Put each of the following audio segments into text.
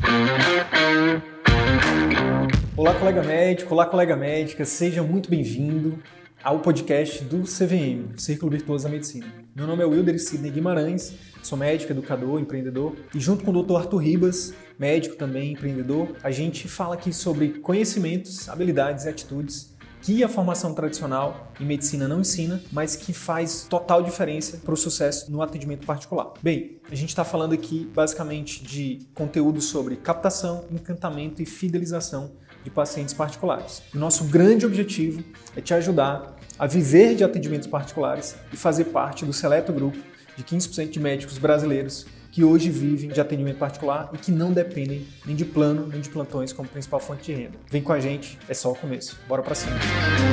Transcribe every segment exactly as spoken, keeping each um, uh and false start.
Olá, colega médico, olá, colega médica, seja muito bem-vindo ao podcast do C V M, Círculo Virtuoso da Medicina. Meu nome é Wilder Sidney Guimarães, sou médico, educador, empreendedor e junto com o doutor Arthur Ribas, médico também, empreendedor, a gente fala aqui sobre conhecimentos, habilidades e atitudes que a formação tradicional em medicina não ensina, mas que faz total diferença para o sucesso no atendimento particular. Bem, a gente está falando aqui basicamente de conteúdo sobre captação, encantamento e fidelização de pacientes particulares. O nosso grande objetivo é te ajudar a viver de atendimentos particulares e fazer parte do seleto grupo de quinze por cento de médicos brasileiros que hoje vivem de atendimento particular e que não dependem nem de plano nem de plantões como principal fonte de renda. Vem com a gente, é só o começo. Bora pra cima!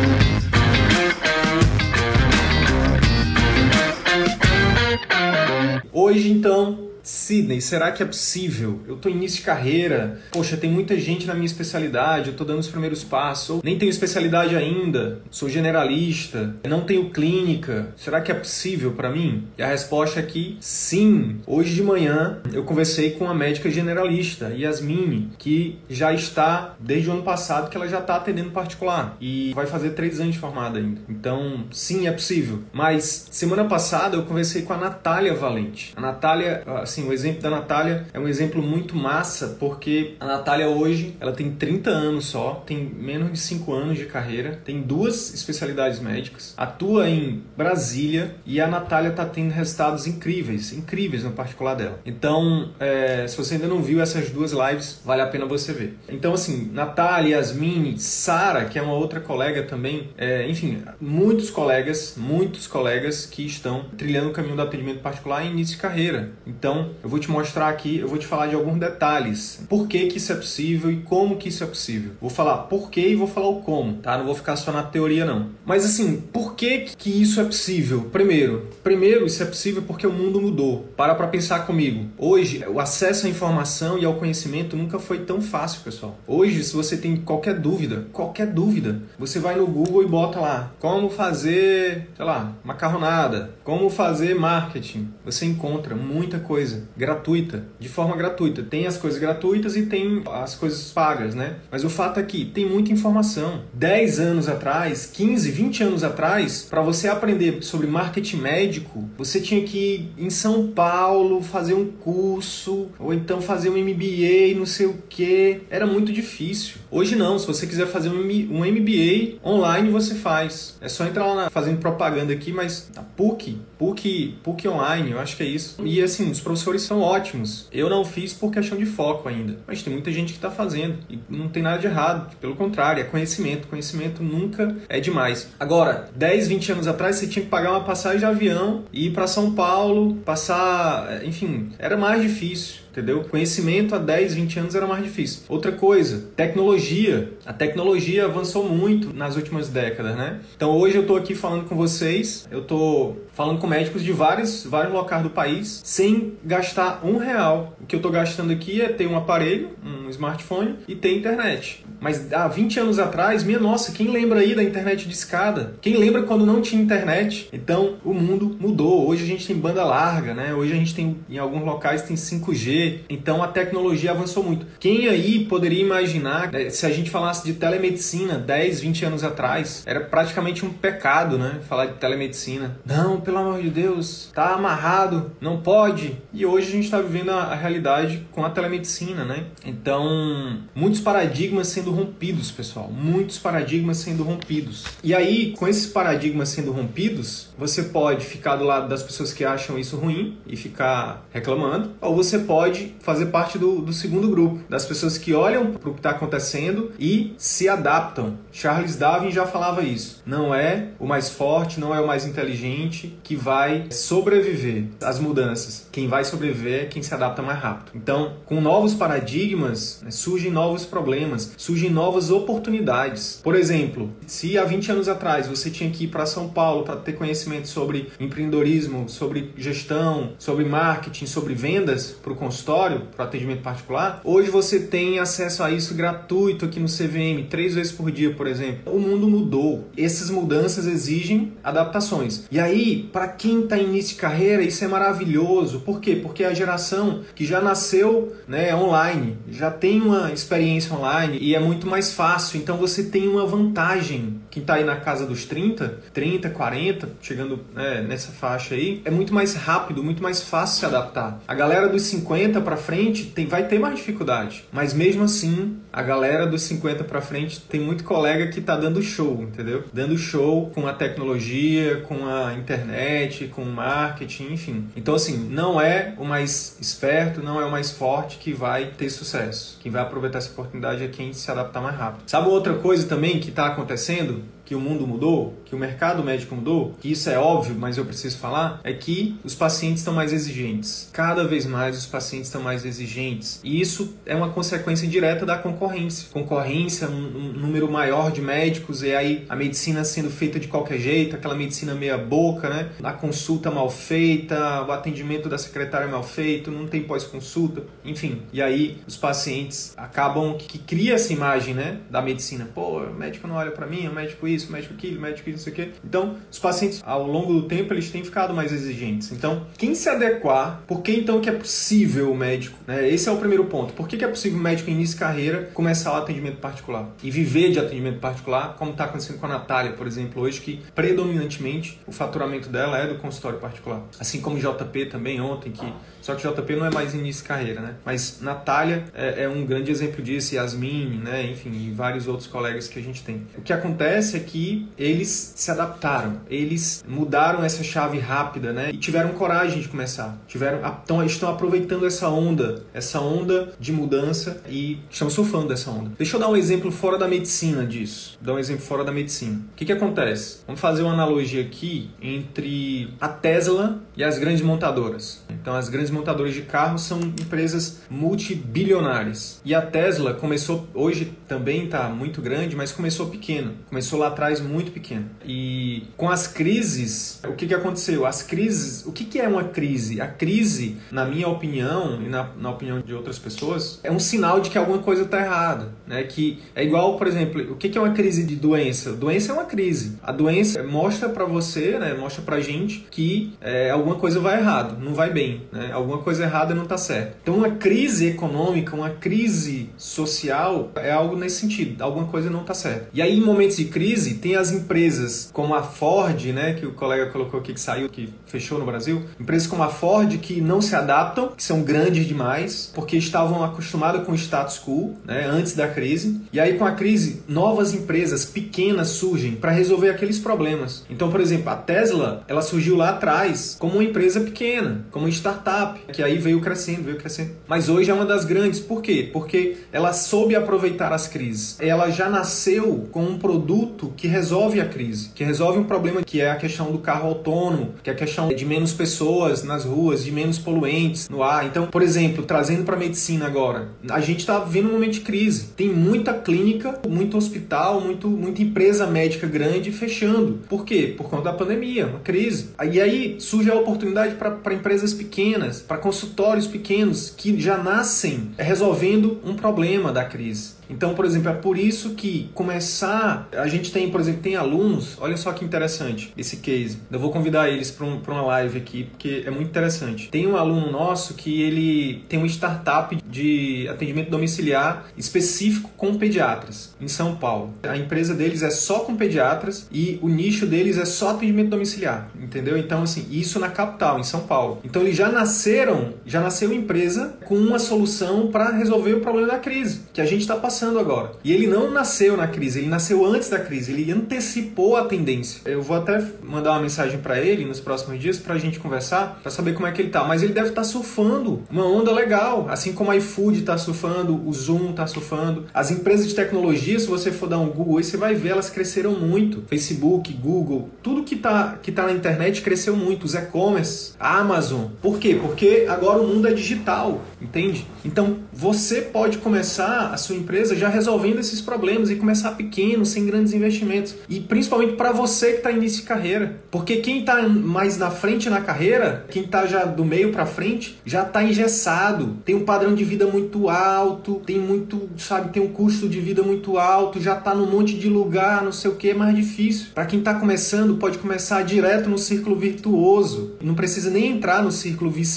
Hoje, então, Sidney, será que é possível? Eu tô em início de carreira, poxa, tem muita gente na minha especialidade, eu tô dando os primeiros passos, ou nem tenho especialidade ainda, sou generalista, não tenho clínica, será que é possível para mim? E a resposta é que sim. Hoje de manhã eu conversei com uma médica generalista, Yasmine, que já está, desde o ano passado, que ela já está atendendo particular e vai fazer três anos de formada ainda. Então, sim, é possível. Mas semana passada eu conversei com a Natália Valente. A Natália, assim, o exemplo da Natália é um exemplo muito massa, porque a Natália hoje, ela tem trinta anos só, tem menos de cinco anos de carreira, tem duas especialidades médicas, atua em Brasília e a Natália está tendo resultados incríveis, incríveis no particular dela. Então, é, se você ainda não viu essas duas lives, vale a pena você ver. Então, assim, Natália, Yasmine, Sara, que é uma outra colega também, é, enfim, muitos colegas, muitos colegas que estão trilhando o caminho do atendimento particular em início de carreira. Então, eu vou te mostrar aqui, eu vou te falar de alguns detalhes. Por que que isso é possível e como que isso é possível. Vou falar por que e vou falar o como, tá? Não vou ficar só na teoria, não. Mas assim, por que que isso é possível? Primeiro, primeiro isso é possível porque o mundo mudou. Para pra pensar comigo. Hoje, o acesso à informação e ao conhecimento nunca foi tão fácil, pessoal. Hoje, se você tem qualquer dúvida, qualquer dúvida, você vai no Google e bota lá, como fazer, sei lá, macarronada, como fazer marketing. Você encontra muita coisa gratuita, de forma gratuita. Tem as coisas gratuitas e tem as coisas pagas, né? Mas o fato é que tem muita informação. dez anos atrás, quinze, vinte anos atrás, para você aprender sobre marketing médico, você tinha que ir em São Paulo fazer um curso, ou então fazer um M B A, não sei o que. Era muito difícil. Hoje não, se você quiser fazer um M B A online, você faz. É só entrar lá na, fazendo propaganda aqui, mas a PUC, PUC, PUC online, eu acho que é isso. E assim, os professores são ótimos. Eu não fiz por questão de foco ainda, mas tem muita gente que está fazendo e não tem nada de errado, pelo contrário, é conhecimento. Conhecimento nunca é demais. Agora, dez, vinte anos atrás você tinha que pagar uma passagem de avião e ir para São Paulo, passar, enfim, era mais difícil. Entendeu? Conhecimento há dez, vinte anos era mais difícil. Outra coisa, tecnologia. A tecnologia avançou muito nas últimas décadas, né? Então hoje eu estou aqui falando com vocês, eu estou falando com médicos de vários, vários locais do país, sem gastar um real. O que eu estou gastando aqui é ter um aparelho, um smartphone e ter internet. Mas há vinte anos atrás, minha nossa, quem lembra aí da internet de escada? Quem lembra quando não tinha internet? Então o mundo mudou. Hoje a gente tem banda larga, né? Hoje a gente tem, em alguns locais tem cinco G. Então a tecnologia avançou muito. Quem aí poderia imaginar, né, se a gente falasse de telemedicina dez, vinte anos atrás, era praticamente um pecado, né? Falar de telemedicina. Não, pelo amor de Deus, tá amarrado, não pode. E hoje a gente está vivendo a, a realidade com a telemedicina, né? Então, muitos paradigmas sendo rompidos, pessoal. Muitos paradigmas sendo rompidos. E aí, com esses paradigmas sendo rompidos, você pode ficar do lado das pessoas que acham isso ruim e ficar reclamando, ou você pode fazer parte do, do segundo grupo, das pessoas que olham para o que está acontecendo e se adaptam. Charles Darwin já falava isso. Não é o mais forte, não é o mais inteligente que vai sobreviver às mudanças. Quem vai sobreviver é quem se adapta mais rápido. Então, com novos paradigmas, né, surgem novos problemas, surgem novas oportunidades. Por exemplo, se há vinte anos atrás você tinha que ir para São Paulo para ter conhecimento sobre empreendedorismo, sobre gestão, sobre marketing, sobre vendas para o consultório, para o atendimento particular, hoje você tem acesso a isso gratuito aqui no C V M, três vezes por dia, por exemplo. O mundo mudou. Essas mudanças exigem adaptações. E aí, para quem está em início de carreira, isso é maravilhoso, Por quê? Porque é a geração que já nasceu, né, online, já tem uma experiência online e é muito mais fácil. Então você tem uma vantagem. Quem está aí na casa dos trinta, trinta, quarenta, chegando, né, nessa faixa aí, é muito mais rápido, muito mais fácil se adaptar. A galera dos cinquenta para frente tem, vai ter mais dificuldade. Mas mesmo assim, a galera dos cinquenta para frente tem muito colega que está dando show, entendeu? Dando show com a tecnologia, com a internet, com o marketing, enfim. Então assim, não é o mais esperto, não é o mais forte que vai ter sucesso. Quem vai aproveitar essa oportunidade é quem se adaptar mais rápido. Sabe outra coisa também que está acontecendo? Que o mundo mudou, que o mercado médico mudou, que isso é óbvio, mas eu preciso falar, é que os pacientes estão mais exigentes. Cada vez mais os pacientes estão mais exigentes. E isso é uma consequência direta da concorrência. Concorrência, um, um número maior de médicos, e aí a medicina sendo feita de qualquer jeito, aquela medicina meia boca, né? A consulta mal feita, o atendimento da secretária mal feito, não tem pós-consulta, enfim. E aí os pacientes acabam que, que cria essa imagem, né, da medicina. Pô, o médico não olha pra mim, o médico isso, isso, médico aquilo, médico isso, não sei o quê. Então, os pacientes, ao longo do tempo, eles têm ficado mais exigentes. Então, quem se adequar, por que então que é possível o médico? Né? Esse é o primeiro ponto. Por que que é possível o médico, em início de carreira, começar o atendimento particular? E viver de atendimento particular, como está acontecendo com a Natália, por exemplo, hoje, que predominantemente o faturamento dela é do consultório particular. Assim como o J P também ontem, que só que o J P não é mais início de carreira, né? Mas Natália é, é um grande exemplo disso, Yasmin, né? Enfim, e vários outros colegas que a gente tem. O que acontece é que eles se adaptaram, eles mudaram essa chave rápida, né? E tiveram coragem de começar, tiveram, estão, estão aproveitando essa onda, essa onda de mudança e estão surfando dessa onda. Deixa eu dar um exemplo fora da medicina disso, dar um exemplo fora da medicina. O que que acontece? Vamos fazer uma analogia aqui entre a Tesla e as grandes montadoras. Então, as grandes montadoras de carros são empresas multibilionárias. E a Tesla começou, hoje também está muito grande, mas começou pequeno. Começou lá atrás muito pequeno. E com as crises, o que que aconteceu? As crises, o que que é uma crise? A crise, na minha opinião e na, na opinião de outras pessoas, é um sinal de que alguma coisa está errada, né? Que é igual, por exemplo, o que que é uma crise de doença? Doença é uma crise. A doença mostra para você, né? Mostra pra gente que é, alguma coisa vai errado, não vai bem, né? Alguma coisa errada não está certa. Então, uma crise econômica, uma crise social é algo nesse sentido. Alguma coisa não está certa. E aí, em momentos de crise, tem as empresas como a Ford, né, que o colega colocou aqui que saiu, que fechou no Brasil. Empresas como a Ford que não se adaptam, que são grandes demais, porque estavam acostumadas com o status quo, né, antes da crise. E aí, com a crise, novas empresas pequenas surgem para resolver aqueles problemas. Então, por exemplo, a Tesla, ela surgiu lá atrás como uma empresa pequena, como uma startup, que aí veio crescendo, veio crescendo. Mas hoje é uma das grandes. Por quê? Porque ela soube aproveitar as crises. Ela já nasceu com um produto que resolve a crise, que resolve um problema que é a questão do carro autônomo, que é a questão de menos pessoas nas ruas, de menos poluentes no ar. Então, por exemplo, trazendo para a medicina agora, a gente está vivendo um momento de crise. Tem muita clínica, muito hospital, muito, muita empresa médica grande fechando. Por quê? Por conta da pandemia, uma crise. E aí surge a oportunidade para empresas pequenas, para consultórios pequenos que já nascem resolvendo um problema da crise. Então, por exemplo, é por isso que começar... A gente tem, por exemplo, tem alunos... Olha só que interessante esse case. Eu vou convidar eles para um, para uma live aqui, porque é muito interessante. Tem um aluno nosso que ele tem uma startup de atendimento domiciliar específico com pediatras, em São Paulo. A empresa deles é só com pediatras e o nicho deles é só atendimento domiciliar, entendeu? Então, assim, isso na capital, em São Paulo. Então, eles já nasceram, já nasceu empresa com uma solução para resolver o problema da crise, que a gente está passando agora. E ele não nasceu na crise, ele nasceu antes da crise, ele antecipou a tendência. Eu vou até mandar uma mensagem para ele nos próximos dias pra gente conversar, para saber como é que ele tá. Mas ele deve estar tá surfando uma onda legal, assim como a iFood tá surfando, o Zoom tá surfando. As empresas de tecnologia, se você for dar um Google aí, você vai ver, elas cresceram muito. Facebook, Google, tudo que tá, que tá na internet cresceu muito. Os e-commerce, a Amazon. Por quê? Porque agora o mundo é digital, entende? Então, você pode começar a sua empresa já resolvendo esses problemas e começar pequeno, sem grandes investimentos. E principalmente para você que está em início de carreira. Porque quem está mais na frente na carreira, quem está já do meio para frente, já está engessado. Tem um padrão de vida muito alto, tem muito, sabe, tem um custo de vida muito alto, já está num monte de lugar, não sei o que, é mais difícil. Para quem está começando, pode começar direto no círculo virtuoso. Não precisa nem entrar no círculo vicioso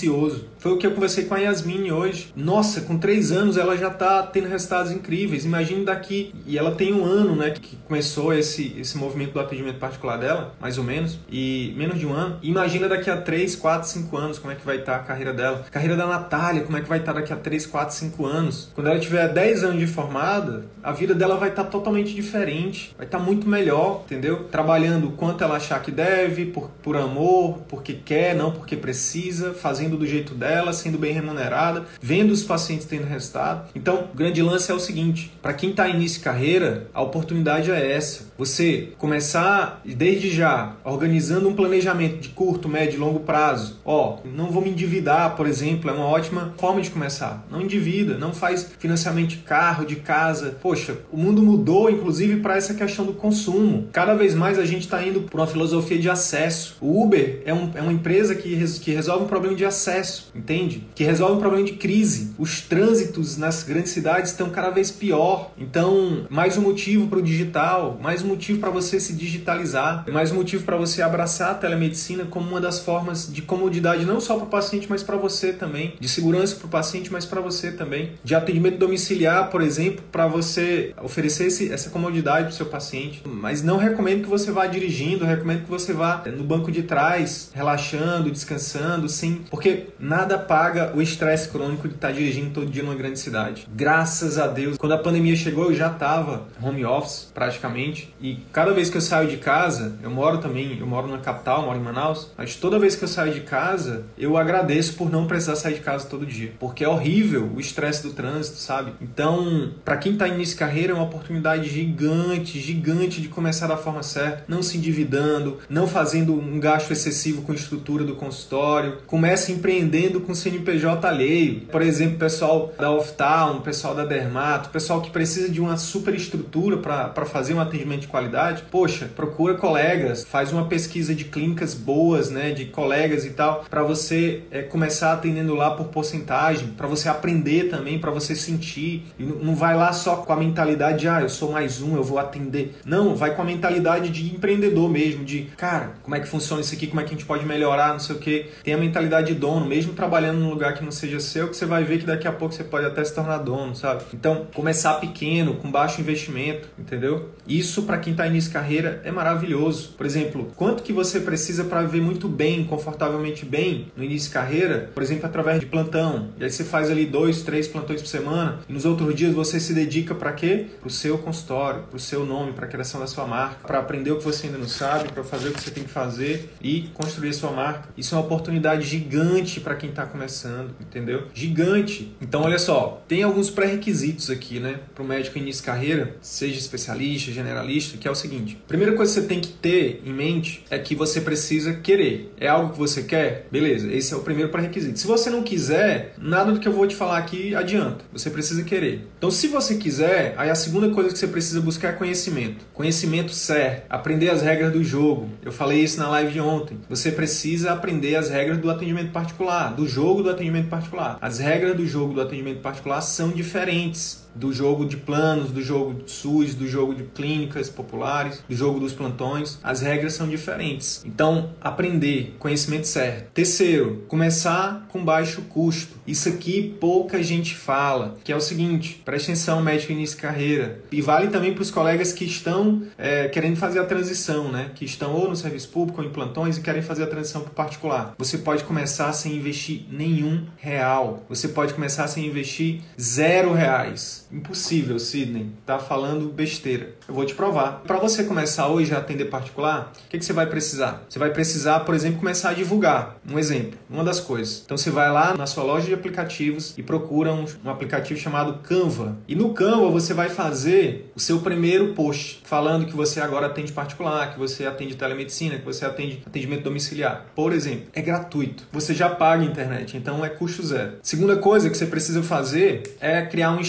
ansioso. Foi o que eu conversei com a Yasmin hoje. Nossa, com três anos ela já tá tendo resultados incríveis. Imagine daqui... E ela tem um ano, né, que começou esse, esse movimento do atendimento particular dela, mais ou menos, e menos de um ano. Imagina daqui a três, quatro, cinco anos como é que vai estar a carreira dela. A carreira da Natália, como é que vai estar daqui a três, quatro, cinco anos. Quando ela tiver dez anos de formada, a vida dela vai estar totalmente diferente. Vai estar muito melhor, entendeu? Trabalhando o quanto ela achar que deve, por, por amor, porque quer, não porque precisa, fazendo do jeito dela, sendo bem remunerada, vendo os pacientes tendo resultado. Então, o grande lance é o seguinte, para quem está em início de carreira, a oportunidade é essa. Você começar desde já, organizando um planejamento de curto, médio e longo prazo. Ó, não vou me endividar, por exemplo, é uma ótima forma de começar. Não endivida, não faz financiamento de carro, de casa. Poxa, o mundo mudou, inclusive, para essa questão do consumo. Cada vez mais a gente está indo para uma filosofia de acesso. O Uber é, um, é uma empresa que, res, que resolve um problema de acesso, entende? Que resolve um problema de crise. Os trânsitos nas grandes cidades estão cada vez pior. Então, mais um motivo para o digital, mais um motivo para você se digitalizar, mais um motivo para você abraçar a telemedicina como uma das formas de comodidade, não só para o paciente, mas para você também. De segurança para o paciente, mas para você também. De atendimento domiciliar, por exemplo, para você oferecer esse, essa comodidade para o seu paciente. Mas não recomendo que você vá dirigindo, recomendo que você vá no banco de trás, relaxando, descansando, sim, porque nada paga o estresse crônico de estar dirigindo todo dia numa grande cidade. Graças a Deus, quando a pandemia chegou, eu já estava home office praticamente, e cada vez que eu saio de casa, eu moro também, eu moro na capital, moro em Manaus, mas toda vez que eu saio de casa, eu agradeço por não precisar sair de casa todo dia, porque é horrível o estresse do trânsito, sabe? Então, para quem está início de carreira, é uma oportunidade gigante, gigante de começar da forma certa, não se endividando, não fazendo um gasto excessivo com a estrutura do consultório, comece empreendendo com C N P J alheio. Por exemplo, o pessoal da Oftalmo, o pessoal da Dermato, o pessoal que precisa de uma super estrutura para fazer um atendimento de qualidade, poxa, procura colegas, faz uma pesquisa de clínicas boas, né, de colegas e tal, para você é, começar atendendo lá por porcentagem, para você aprender também, para você sentir, e não vai lá só com a mentalidade de, ah, eu sou mais um, eu vou atender. Não, vai com a mentalidade de empreendedor mesmo, de, cara, como é que funciona isso aqui, como é que a gente pode melhorar, não sei o quê. Tem a mentalidade de dono, mesmo trabalhando num lugar que não seja seu, que você vai ver que daqui a pouco você pode até se tornar dono, sabe? Então, começar pequeno, com baixo investimento, entendeu? Isso, para quem está em início de carreira, é maravilhoso. Por exemplo, quanto que você precisa para viver muito bem, confortavelmente bem, no início de carreira? Por exemplo, através de plantão. E aí você faz ali dois, três plantões por semana, e nos outros dias você se dedica para quê? Para o seu consultório, para o seu nome, para a criação da sua marca, para aprender o que você ainda não sabe, para fazer o que você tem que fazer e construir a sua marca. Isso é uma oportunidade gigante para quem está começando, entendeu? Gigante. Então, olha só, tem alguns pré-requisitos aqui, né, para o médico início de carreira, seja especialista, generalista, que é o seguinte. A primeira coisa que você tem que ter em mente é que você precisa querer. É algo que você quer? Beleza, esse é o primeiro pré-requisito. Se você não quiser, nada do que eu vou te falar aqui adianta. Você precisa querer. Então, se você quiser, aí a segunda coisa que você precisa buscar é conhecimento. Conhecimento certo. Aprender as regras do jogo. Eu falei isso na live de ontem. Você precisa aprender as regras do atendimento particular, do jogo do atendimento particular. As regras do jogo do atendimento particular são diferentes do jogo de planos, do jogo de SUS, do jogo de clínicas populares, do jogo dos plantões. As regras são diferentes. Então, aprender, conhecimento certo. Terceiro, começar com baixo custo. Isso aqui pouca gente fala, que é o seguinte, preste atenção, médico início de carreira. E vale também para os colegas que estão é, querendo fazer a transição, né? Que estão ou no serviço público ou em plantões e querem fazer a transição para o particular. Você pode começar sem investir nenhum real. Você pode começar sem investir zero reais. Impossível, Sidney. Tá falando besteira. Eu vou te provar. Para você começar hoje a atender particular, o que, que você vai precisar? Você vai precisar, por exemplo, começar a divulgar. Um exemplo, uma das coisas. Então você vai lá na sua loja de aplicativos e procura um, um aplicativo chamado Canva. E no Canva você vai fazer o seu primeiro post, falando que você agora atende particular, que você atende telemedicina, que você atende atendimento domiciliar. Por exemplo, é gratuito. Você já paga a internet, então é custo zero. Segunda coisa que você precisa fazer é criar um Instagram.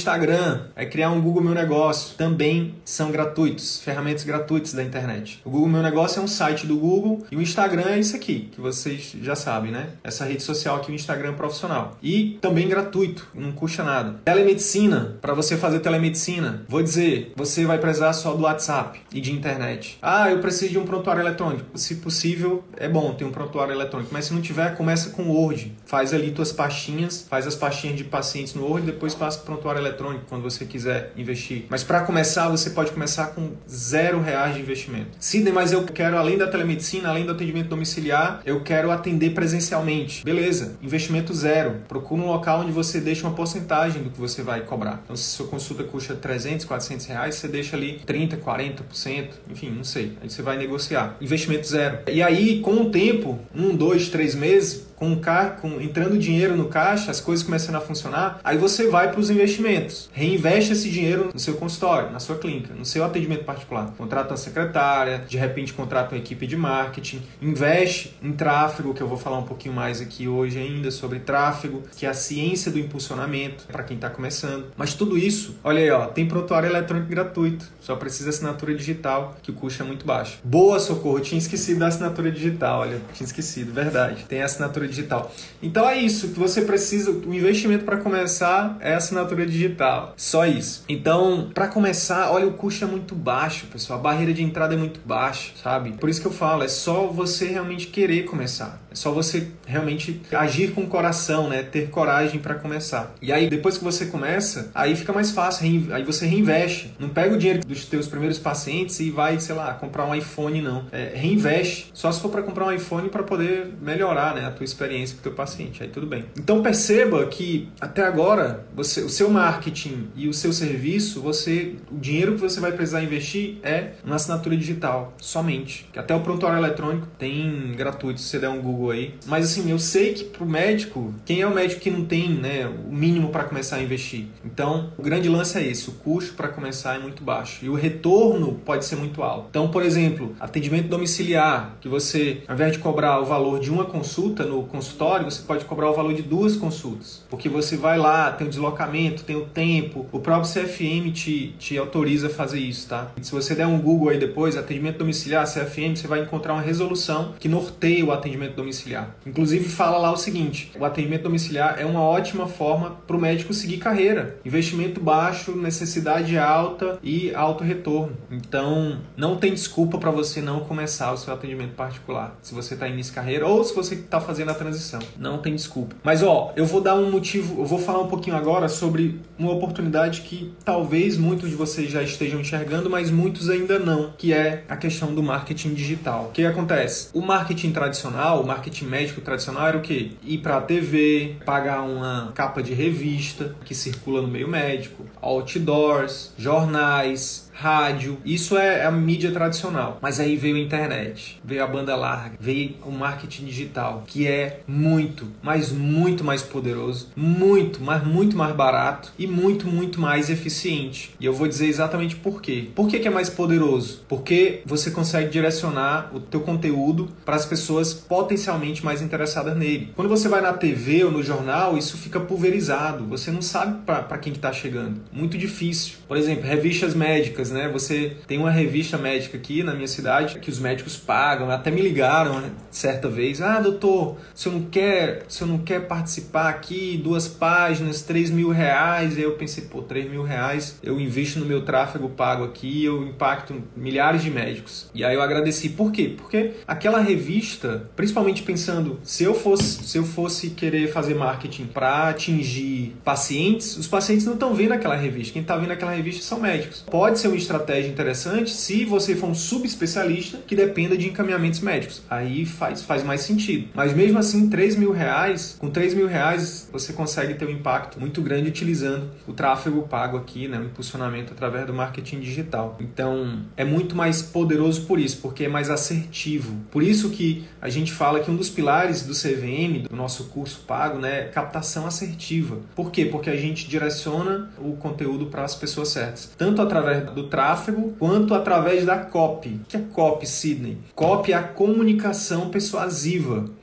Instagram é criar um Google Meu Negócio. Também são gratuitos, ferramentas gratuitas da internet. O Google Meu Negócio é um site do Google e o Instagram é isso aqui, que vocês já sabem, né? Essa rede social aqui, o Instagram profissional. E também gratuito, não custa nada. Telemedicina, para você fazer telemedicina. Vou dizer, você vai precisar só do WhatsApp e de internet. Ah, eu preciso de um prontuário eletrônico. Se possível, é bom ter um prontuário eletrônico, mas se não tiver, começa com o Word. Faz ali tuas pastinhas, faz as pastinhas de pacientes no Word e depois passa para o prontuário eletrônico quando você quiser investir. Mas para começar, você pode começar com zero reais de investimento. Sidney, mas eu quero, além da telemedicina, além do atendimento domiciliar, eu quero atender presencialmente. Beleza, investimento zero. Procura um local onde você deixa uma porcentagem do que você vai cobrar. Então, se sua consulta custa trezentos, quatrocentos reais, você deixa ali trinta, quarenta por cento, enfim, não sei. Aí você vai negociar. Investimento zero. E aí, com o tempo, um, dois, três meses, com, com entrando dinheiro no caixa, as coisas começando a funcionar, aí você vai para os investimentos. Reinveste esse dinheiro no seu consultório, na sua clínica, no seu atendimento particular. Contrata uma secretária, de repente contrata uma equipe de marketing, investe em tráfego, que eu vou falar um pouquinho mais aqui hoje ainda sobre tráfego, que é a ciência do impulsionamento para quem está começando. Mas tudo isso, olha aí, ó, tem prontuário eletrônico gratuito, só precisa assinatura digital, que o custo é muito baixo. Boa, Socorro, tinha esquecido da assinatura digital, olha, tinha esquecido, verdade, tem a assinatura digital. Então é isso que você precisa, o investimento para começar é a assinatura digital, só isso. Então, para começar, olha, o custo é muito baixo, pessoal, a barreira de entrada é muito baixa, sabe? Por isso que eu falo, é só você realmente querer começar, é só você realmente agir com o coração, né? Ter coragem para começar. E aí, depois que você começa, aí fica mais fácil, aí você reinveste. Não pega o dinheiro dos teus primeiros pacientes e vai, sei lá, comprar um iPhone, não. É, reinveste, só se for para comprar um iPhone para poder melhorar, né, a tua experiência com o teu paciente, aí tudo bem. Então perceba que até agora você, o seu marketing e o seu serviço, você, o dinheiro que você vai precisar investir é na assinatura digital, somente. Que até o prontuário eletrônico tem gratuito, se você der um Google aí. Mas assim, eu sei que pro médico, quem é o médico que não tem, né, o mínimo para começar a investir? Então, o grande lance é esse, o custo para começar é muito baixo e o retorno pode ser muito alto. Então, por exemplo, atendimento domiciliar, que você, ao invés de cobrar o valor de uma consulta no consultório, você pode cobrar o valor de duas consultas, porque você vai lá, tem o deslocamento, tem o tempo, o próprio C F M te, te autoriza a fazer isso, tá? E se você der um Google aí depois, atendimento domiciliar, C F M, você vai encontrar uma resolução que norteia o atendimento domiciliar. Inclusive fala lá o seguinte, o atendimento domiciliar é uma ótima forma para o médico seguir carreira, investimento baixo, necessidade alta e alto retorno. Então, não tem desculpa para você não começar o seu atendimento particular, se você está início de carreira ou se você está fazendo a transição. Não tem desculpa. Mas ó, eu vou dar um motivo, eu vou falar um pouquinho agora sobre uma oportunidade que talvez muitos de vocês já estejam enxergando, mas muitos ainda não, que é a questão do marketing digital. O que acontece? O marketing tradicional, o marketing médico tradicional era o quê? Ir para a T V, pagar uma capa de revista que circula no meio médico, outdoors, jornais, rádio, isso é a mídia tradicional. Mas aí veio a internet, veio a banda larga, veio o marketing digital, que é muito, mas muito mais poderoso, muito, mas muito mais barato e muito, muito mais eficiente. E eu vou dizer exatamente por quê. Por que que é mais poderoso? Porque você consegue direcionar o teu conteúdo para as pessoas potencialmente mais interessadas nele. Quando você vai na T V ou no jornal, isso fica pulverizado, você não sabe para quem que está chegando. Muito difícil. Por exemplo, revistas médicas, né? Você tem uma revista médica aqui na minha cidade que os médicos pagam, até me ligaram, né, certa vez, ah, doutor, se eu não quer, se eu não quer participar aqui, duas páginas, três mil reais, aí eu pensei, pô, três mil reais, eu invisto no meu tráfego pago aqui, eu impacto milhares de médicos. E aí eu agradeci, por quê? Porque aquela revista, principalmente pensando, se eu fosse, se eu fosse querer fazer marketing para atingir pacientes, os pacientes não estão vendo aquela revista, quem está vendo aquela revista são médicos. Pode ser uma estratégia interessante se você for um subespecialista que dependa de encaminhamentos médicos. Aí faz, faz mais sentido. Mas mesmo assim, três mil reais, com três mil reais você consegue ter um impacto muito grande utilizando o tráfego pago aqui, né, o impulsionamento através do marketing digital. Então, é muito mais poderoso por isso, porque é mais assertivo. Por isso que a gente fala que um dos pilares do C V M, do nosso curso pago, né, é captação assertiva. Por quê? Porque a gente direciona o conteúdo para as pessoas certas. Tanto através do tráfego, quanto através da copy. O que é copy, Sidney? Copy é a comunicação persuasiva.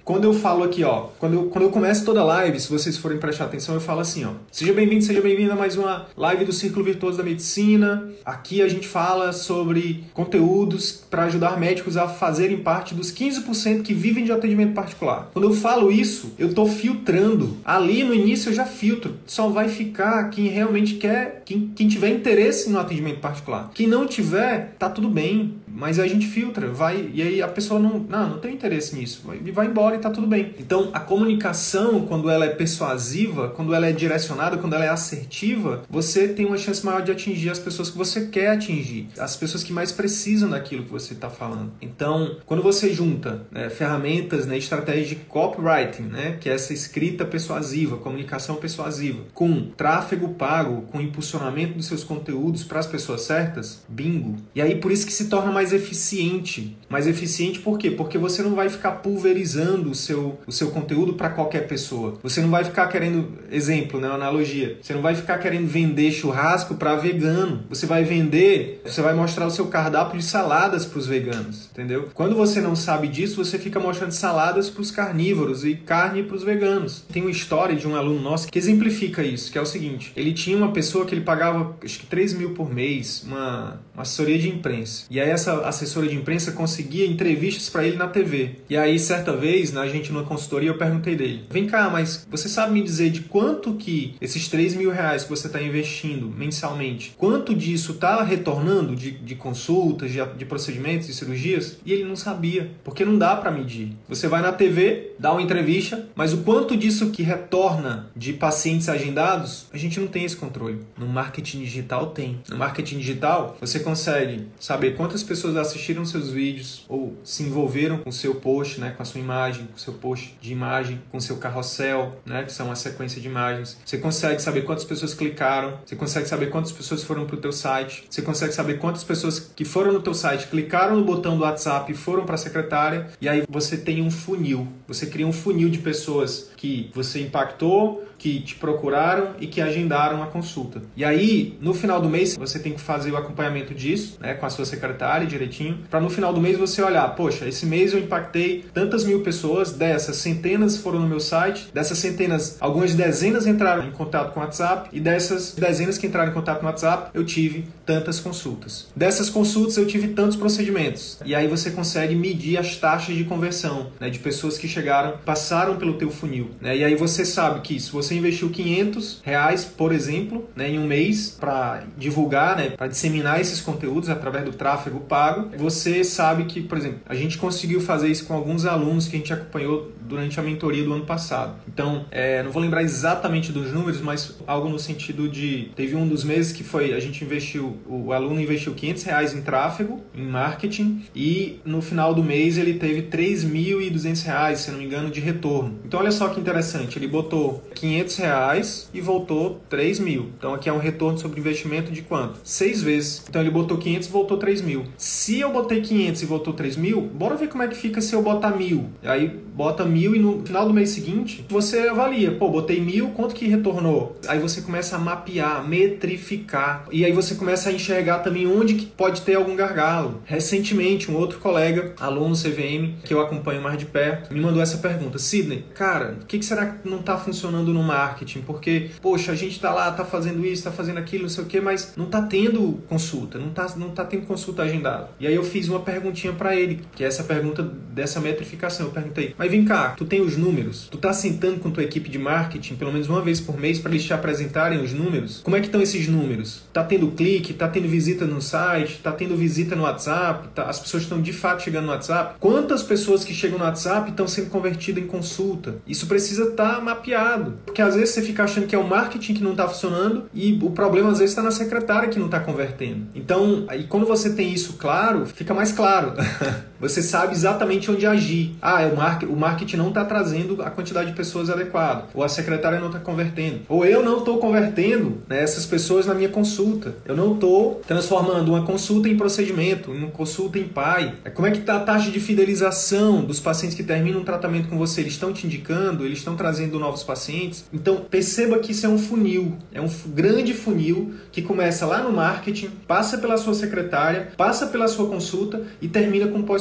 quando eu falo aqui, ó, quando eu, quando eu começo toda live, se vocês forem prestar atenção, eu falo assim, ó, seja bem-vindo, seja bem-vinda a mais uma live do Círculo Virtuoso da Medicina. Aqui a gente fala sobre conteúdos para ajudar médicos a fazerem parte dos quinze por cento que vivem de atendimento particular. Quando eu falo isso, eu tô filtrando. Ali no início eu já filtro. Só vai ficar quem realmente quer, quem, quem tiver interesse no atendimento particular. Quem não tiver, tá tudo bem. Mas a gente filtra, vai, e aí a pessoa não, não, não tem interesse nisso, vai, vai embora e tá tudo bem. Então, a comunicação, quando ela é persuasiva, quando ela é direcionada, quando ela é assertiva, você tem uma chance maior de atingir as pessoas que você quer atingir, as pessoas que mais precisam daquilo que você está falando. Então, quando você junta né, ferramentas, né, estratégias de copywriting, né, que é essa escrita persuasiva, comunicação persuasiva, com tráfego pago, com impulsionamento dos seus conteúdos para as pessoas certas, bingo. E aí, por isso que se torna mais eficiente. Mais eficiente por quê? Porque você não vai ficar pulverizando o seu, o seu conteúdo para qualquer pessoa. Você não vai ficar querendo, exemplo, né, uma analogia, você não vai ficar querendo vender churrasco para vegano. Você vai vender, você vai mostrar o seu cardápio de saladas para os veganos, entendeu? Quando você não sabe disso, você fica mostrando saladas para os carnívoros e carne para os veganos. Tem uma história de um aluno nosso que exemplifica isso, que é o seguinte, ele tinha uma pessoa que ele pagava acho que três mil por mês, uma, uma assessoria de imprensa. E aí essa assessora de imprensa conseguia entrevistas para ele na T V. E aí, certa vez, na gente numa consultoria, eu perguntei dele, vem cá, mas você sabe me dizer de quanto que esses três mil reais que você está investindo mensalmente, quanto disso está retornando de, de consultas, de, de procedimentos, de cirurgias? E ele não sabia, porque não dá para medir. Você vai na T V, dá uma entrevista, mas o quanto disso que retorna de pacientes agendados, a gente não tem esse controle. No marketing digital tem. No marketing digital, você consegue saber quantas pessoas assistiram seus vídeos ou se envolveram com o seu post, né, com a sua imagem, com o seu post de imagem, com o seu carrossel, né, que são uma sequência de imagens. Você consegue saber quantas pessoas clicaram, você consegue saber quantas pessoas foram para o teu site, você consegue saber quantas pessoas que foram no teu site clicaram no botão do WhatsApp e foram para a secretária, e aí você tem um funil. Você cria um funil de pessoas que você impactou, que te procuraram e que agendaram a consulta. E aí, no final do mês, você tem que fazer o acompanhamento disso, né, com a sua secretária direitinho, para no final do mês você olhar, poxa, esse mês eu impactei tantas mil pessoas, dessas centenas foram no meu site, dessas centenas, algumas dezenas entraram em contato com o WhatsApp, e dessas dezenas que entraram em contato no WhatsApp, eu tive tantas consultas. Dessas consultas eu tive tantos procedimentos. E aí você consegue medir as taxas de conversão, né, de pessoas que chegaram, passaram pelo teu funil, né? E aí você sabe que se você Você investiu quinhentos reais, por exemplo, né, em um mês para divulgar, né, para disseminar esses conteúdos através do tráfego pago. Você sabe que, por exemplo, a gente conseguiu fazer isso com alguns alunos que a gente acompanhou durante a mentoria do ano passado. Então, é, não vou lembrar exatamente dos números, mas algo no sentido de... Teve um dos meses que foi, a gente investiu, o aluno investiu quinhentos reais em tráfego, em marketing, e no final do mês ele teve três mil e duzentos reais, se não me engano, de retorno. Então, olha só que interessante, ele botou quinhentos reais e voltou três mil. Então aqui é um retorno sobre investimento de quanto? Seis vezes. Então ele botou quinhentos e voltou três mil. Se eu botei quinhentos e voltou três mil, bora ver como é que fica se eu botar mil. Aí bota mil e no final do mês seguinte você avalia. Pô, botei mil, quanto que retornou? Aí você começa a mapear, metrificar. E aí você começa a enxergar também onde que pode ter algum gargalo. Recentemente, um outro colega, aluno C V M, que eu acompanho mais de perto, me mandou essa pergunta. Sidney, cara, o que, que será que não está funcionando no marketing? Porque, poxa, a gente tá lá, tá fazendo isso, tá fazendo aquilo, não sei o que, mas não tá tendo consulta, não tá, não tá tendo consulta agendada. E aí eu fiz uma perguntinha para ele, que é essa pergunta dessa metrificação. Eu perguntei, mas vem cá, tu tem os números? Tu tá sentando com tua equipe de marketing pelo menos uma vez por mês para eles te apresentarem os números? Como é que estão esses números? Tá tendo clique, tá tendo visita no site, tá tendo visita no WhatsApp, tá, as pessoas estão de fato chegando no WhatsApp? Quantas pessoas que chegam no WhatsApp estão sendo convertidas em consulta? Isso precisa estar mapeado. Porque às vezes você fica achando que é o marketing que não está funcionando e o problema às vezes está na secretária que não está convertendo. Então, aí quando você tem isso claro, fica mais claro. Você sabe exatamente onde agir. Ah, o, mar- o marketing não está trazendo a quantidade de pessoas adequada. Ou a secretária não está convertendo. Ou eu não estou convertendo, né, essas pessoas na minha consulta. Eu não estou transformando uma consulta em procedimento, uma consulta em P A I. Como é que está a taxa de fidelização dos pacientes que terminam um tratamento com você? Eles estão te indicando? Eles estão trazendo novos pacientes? Então, perceba que isso é um funil. É um grande funil que começa lá no marketing, passa pela sua secretária, passa pela sua consulta e termina com pós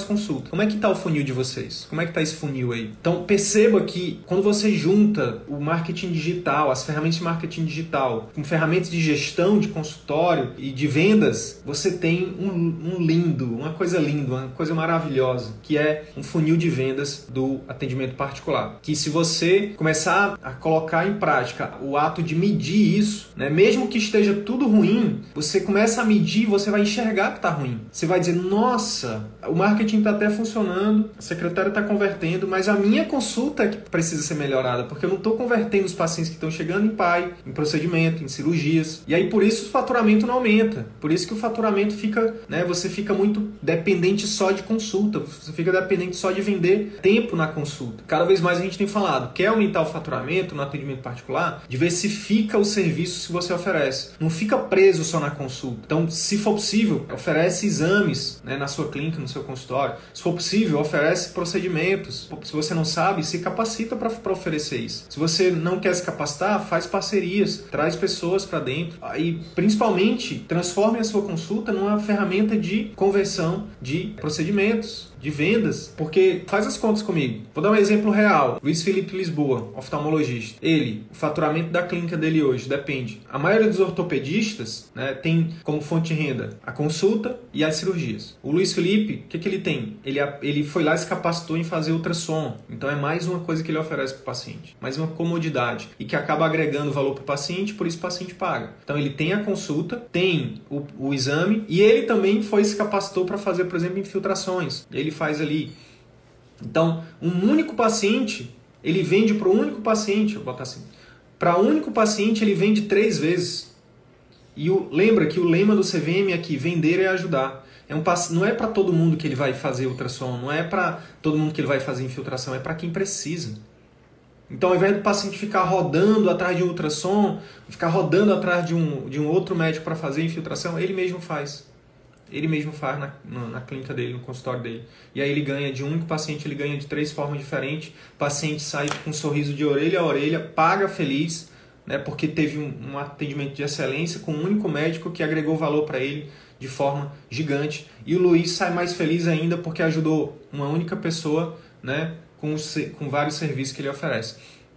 consulta. Como é que está o funil de vocês? Como é que está esse funil aí? Então perceba que quando você junta o marketing digital, as ferramentas de marketing digital, com ferramentas de gestão de consultório e de vendas, você tem um, um lindo, uma coisa linda, uma coisa maravilhosa, que é um funil de vendas do atendimento particular. Que se você começar a colocar em prática o ato de medir isso, né, mesmo que esteja tudo ruim, você começa a medir e você vai enxergar que está ruim. Você vai dizer, nossa, o marketing está até funcionando, a secretária está convertendo, mas a minha consulta é que precisa ser melhorada, porque eu não estou convertendo os pacientes que estão chegando em P A I, em procedimento, em cirurgias. E aí por isso o faturamento não aumenta. Por isso que o faturamento fica, né, você fica muito dependente só de consulta, você fica dependente só de vender tempo na consulta. Cada vez mais a gente tem falado, quer aumentar o faturamento no atendimento particular? Diversifica o serviço que você oferece. Não fica preso só na consulta. Então, se for possível, oferece exames, né, na sua clínica, no seu consultório. Se for possível, oferece procedimentos. Se você não sabe, se capacita para oferecer isso. Se você não quer se capacitar, faz parcerias, traz pessoas para dentro. E, principalmente, transforme a sua consulta numa ferramenta de conversão de procedimentos, de vendas, porque faz as contas comigo. Vou dar um exemplo real. Luiz Felipe Lisboa, oftalmologista. Ele, o faturamento da clínica dele hoje depende. A maioria dos ortopedistas, né, tem como fonte de renda a consulta e as cirurgias. O Luiz Felipe, o que, que ele tem? Ele, ele foi lá e se capacitou em fazer ultrassom. Então é mais uma coisa que ele oferece para o paciente. Mais uma comodidade. E que acaba agregando valor para o paciente, por isso o paciente paga. Então ele tem a consulta, tem o, o exame e ele também foi se capacitou para fazer, por exemplo, infiltrações. Ele faz ali. Então, um único paciente, ele vende para o único paciente, vou botar assim, para um único paciente ele vende três vezes. E o, lembra que o lema do C V M é que vender é ajudar. É um, não é para todo mundo que ele vai fazer ultrassom, não é para todo mundo que ele vai fazer infiltração, é para quem precisa. Então, ao invés do paciente ficar rodando atrás de um ultrassom, ficar rodando atrás de um, de um outro médico para fazer infiltração, ele mesmo faz. Ele mesmo faz na, na, na clínica dele, no consultório dele. E aí ele ganha de um único paciente, ele ganha de três formas diferentes. O paciente sai com um sorriso de orelha a orelha, paga feliz, né, porque teve um, um atendimento de excelência com um único médico que agregou valor para ele de forma gigante. E o Luiz sai mais feliz ainda porque ajudou uma única pessoa, né, com, os, com vários serviços que ele oferece.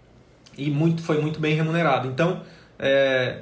E muito, foi muito bem remunerado. Então, é,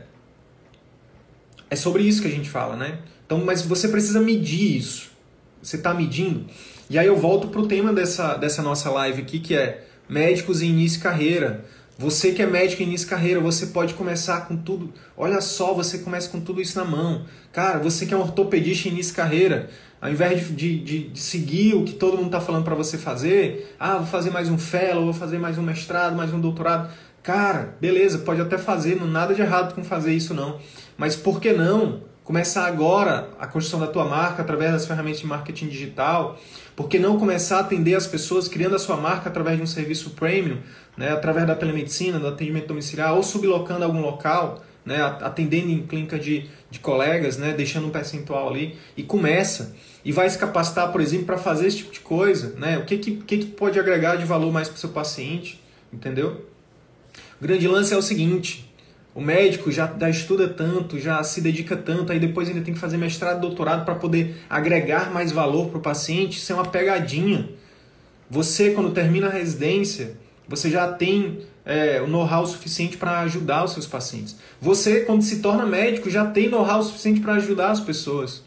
é sobre isso que a gente fala, né? Então, mas você precisa medir isso. Você está medindo? E aí eu volto para o tema dessa, dessa nossa live aqui, que é médicos em início de carreira. Você que é médico em início de carreira, você pode começar com tudo. Olha só, você começa com tudo isso na mão. Cara, você que é um ortopedista em início de carreira, ao invés de, de, de, de seguir o que todo mundo está falando para você fazer, ah, vou fazer mais um fellow, vou fazer mais um mestrado, mais um doutorado. Cara, beleza, pode até fazer, não nada de errado com fazer isso não. Mas por que não começar agora a construção da tua marca através das ferramentas de marketing digital? Por que não começar a atender as pessoas criando a sua marca através de um serviço premium, né, através da telemedicina, do atendimento domiciliar, ou sublocando algum local, né, atendendo em clínica de, de colegas, né, deixando um percentual ali, e começa. E vai se capacitar, por exemplo, para fazer esse tipo de coisa. Né? O que, que, que, que pode agregar de valor mais para o seu paciente? Entendeu? O grande lance é o seguinte: o médico já, já estuda tanto, já se dedica tanto, aí depois ainda tem que fazer mestrado, doutorado para poder agregar mais valor para o paciente. Isso é uma pegadinha. Você, quando termina a residência, você já tem é, o know-how suficiente para ajudar os seus pacientes. Você, quando se torna médico, já tem know-how suficiente para ajudar as pessoas.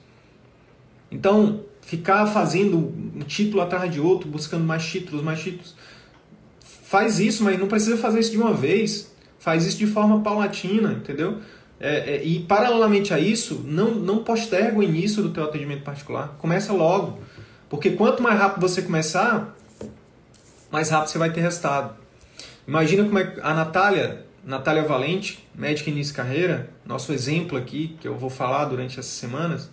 Então, ficar fazendo um título atrás de outro, buscando mais títulos, mais títulos, faz isso, mas não precisa fazer isso de uma vez. Faz isso de forma paulatina, entendeu? É, é, e, paralelamente a isso, não, não posterga o início do teu atendimento particular. Começa logo. Porque quanto mais rápido você começar, mais rápido você vai ter resultado. Imagina como é a Natália, Natália Valente, médica início de carreira, nosso exemplo aqui, que eu vou falar durante essas semanas,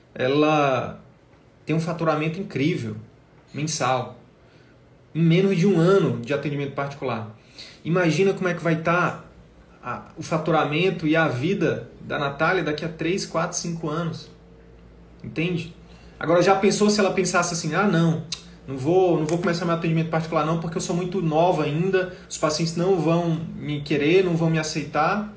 ela tem um faturamento incrível, mensal, em menos de um ano de atendimento particular. Imagina como é que vai estar a, o faturamento e a vida da Natália daqui a três, quatro, cinco anos. Entende? Agora, já pensou se ela pensasse assim, ah, não, não vou, não vou começar meu atendimento particular não, porque eu sou muito nova ainda, os pacientes não vão me querer, não vão me aceitar,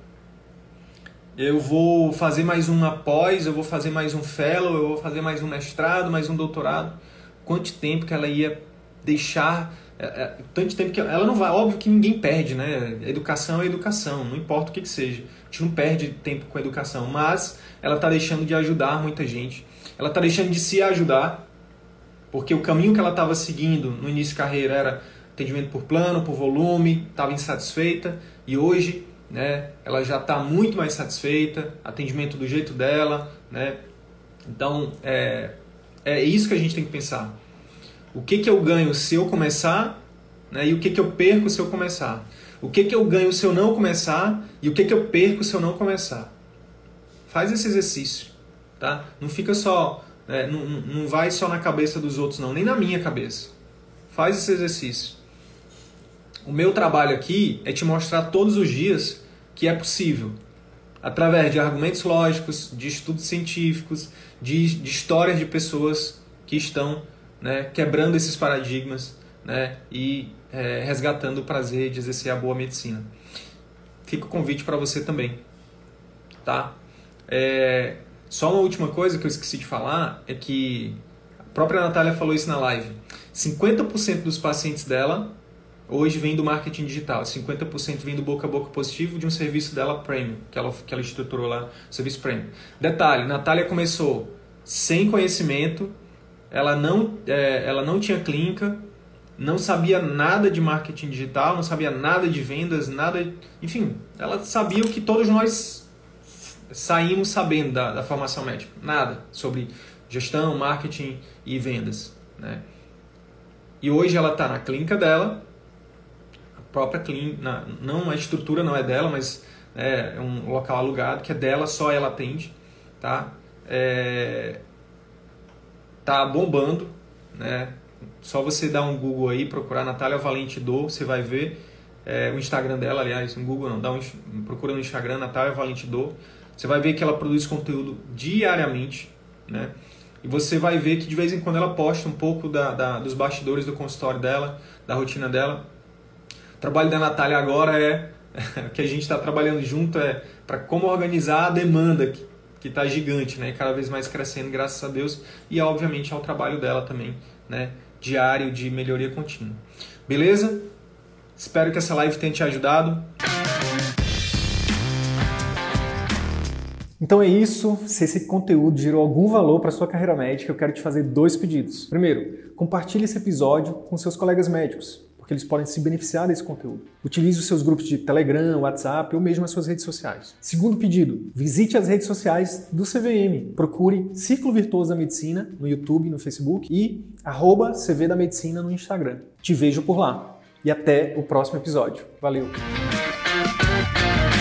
eu vou fazer mais um após, eu vou fazer mais um fellow, eu vou fazer mais um mestrado, mais um doutorado. quanto tempo que ela ia deixar, é, é, tanto tempo que ela não vai, óbvio que ninguém perde, né? Educação é educação, não importa o que que seja, a gente não perde tempo com educação, mas ela está deixando de ajudar muita gente, ela está deixando de se ajudar, porque o caminho que ela estava seguindo no início de carreira era atendimento por plano, por volume, estava insatisfeita, e hoje, né, ela já está muito mais satisfeita, atendimento do jeito dela, né? Então, é, é isso que a gente tem que pensar. O que, que eu ganho se eu começar, né, e o que, que eu perco se eu começar? O que, que eu ganho se eu não começar e o que, que eu perco se eu não começar? Faz esse exercício, tá? Não fica só, né, não, não vai só na cabeça dos outros não, nem na minha cabeça. Faz esse exercício. O meu trabalho aqui é te mostrar todos os dias que é possível, através de argumentos lógicos, de estudos científicos, de, de histórias de pessoas que estão, né, quebrando esses paradigmas, né, e é, resgatando o prazer de exercer a boa medicina. Fica o convite para você também. Tá? É, só uma última coisa que eu esqueci de falar é que a própria Natália falou isso na live. cinquenta por cento dos pacientes dela hoje vem do marketing digital, cinquenta por cento vem do boca a boca positivo de um serviço dela premium, que ela, que ela estruturou lá, serviço premium. Detalhe, Natália começou sem conhecimento, ela não, é, ela não tinha clínica, não sabia nada de marketing digital, não sabia nada de vendas, nada, enfim, ela sabia o que todos nós saímos sabendo da, da formação médica, nada sobre gestão, marketing e vendas, né? E hoje ela está na clínica dela, própria clínica, não a estrutura não é dela, mas é um local alugado que é dela, só ela atende, tá? É, tá bombando, né? Só você dar um Google aí, procurar Natália Valente Do, você vai ver é, o Instagram dela, aliás, um Google não, dá um, procura no Instagram Natália Valente Do, você vai ver que ela produz conteúdo diariamente, né? E você vai ver que de vez em quando ela posta um pouco da, da, dos bastidores do consultório dela, da rotina dela. O trabalho da Natália agora é, o que a gente está trabalhando junto é para como organizar a demanda que está gigante, né? Cada vez mais crescendo, graças a Deus, e obviamente ao trabalho dela também, né? Diário de melhoria contínua. Beleza? Espero que essa live tenha te ajudado. Então é isso, se esse conteúdo gerou algum valor para a sua carreira médica, eu quero te fazer dois pedidos. Primeiro, compartilhe esse episódio com seus colegas médicos, porque eles podem se beneficiar desse conteúdo. Utilize os seus grupos de Telegram, WhatsApp ou mesmo as suas redes sociais. Segundo pedido, visite as redes sociais do C V M. Procure Ciclo Virtuoso da Medicina no YouTube, no Facebook e arroba C V da Medicina no Instagram. Te vejo por lá. E até o próximo episódio. Valeu!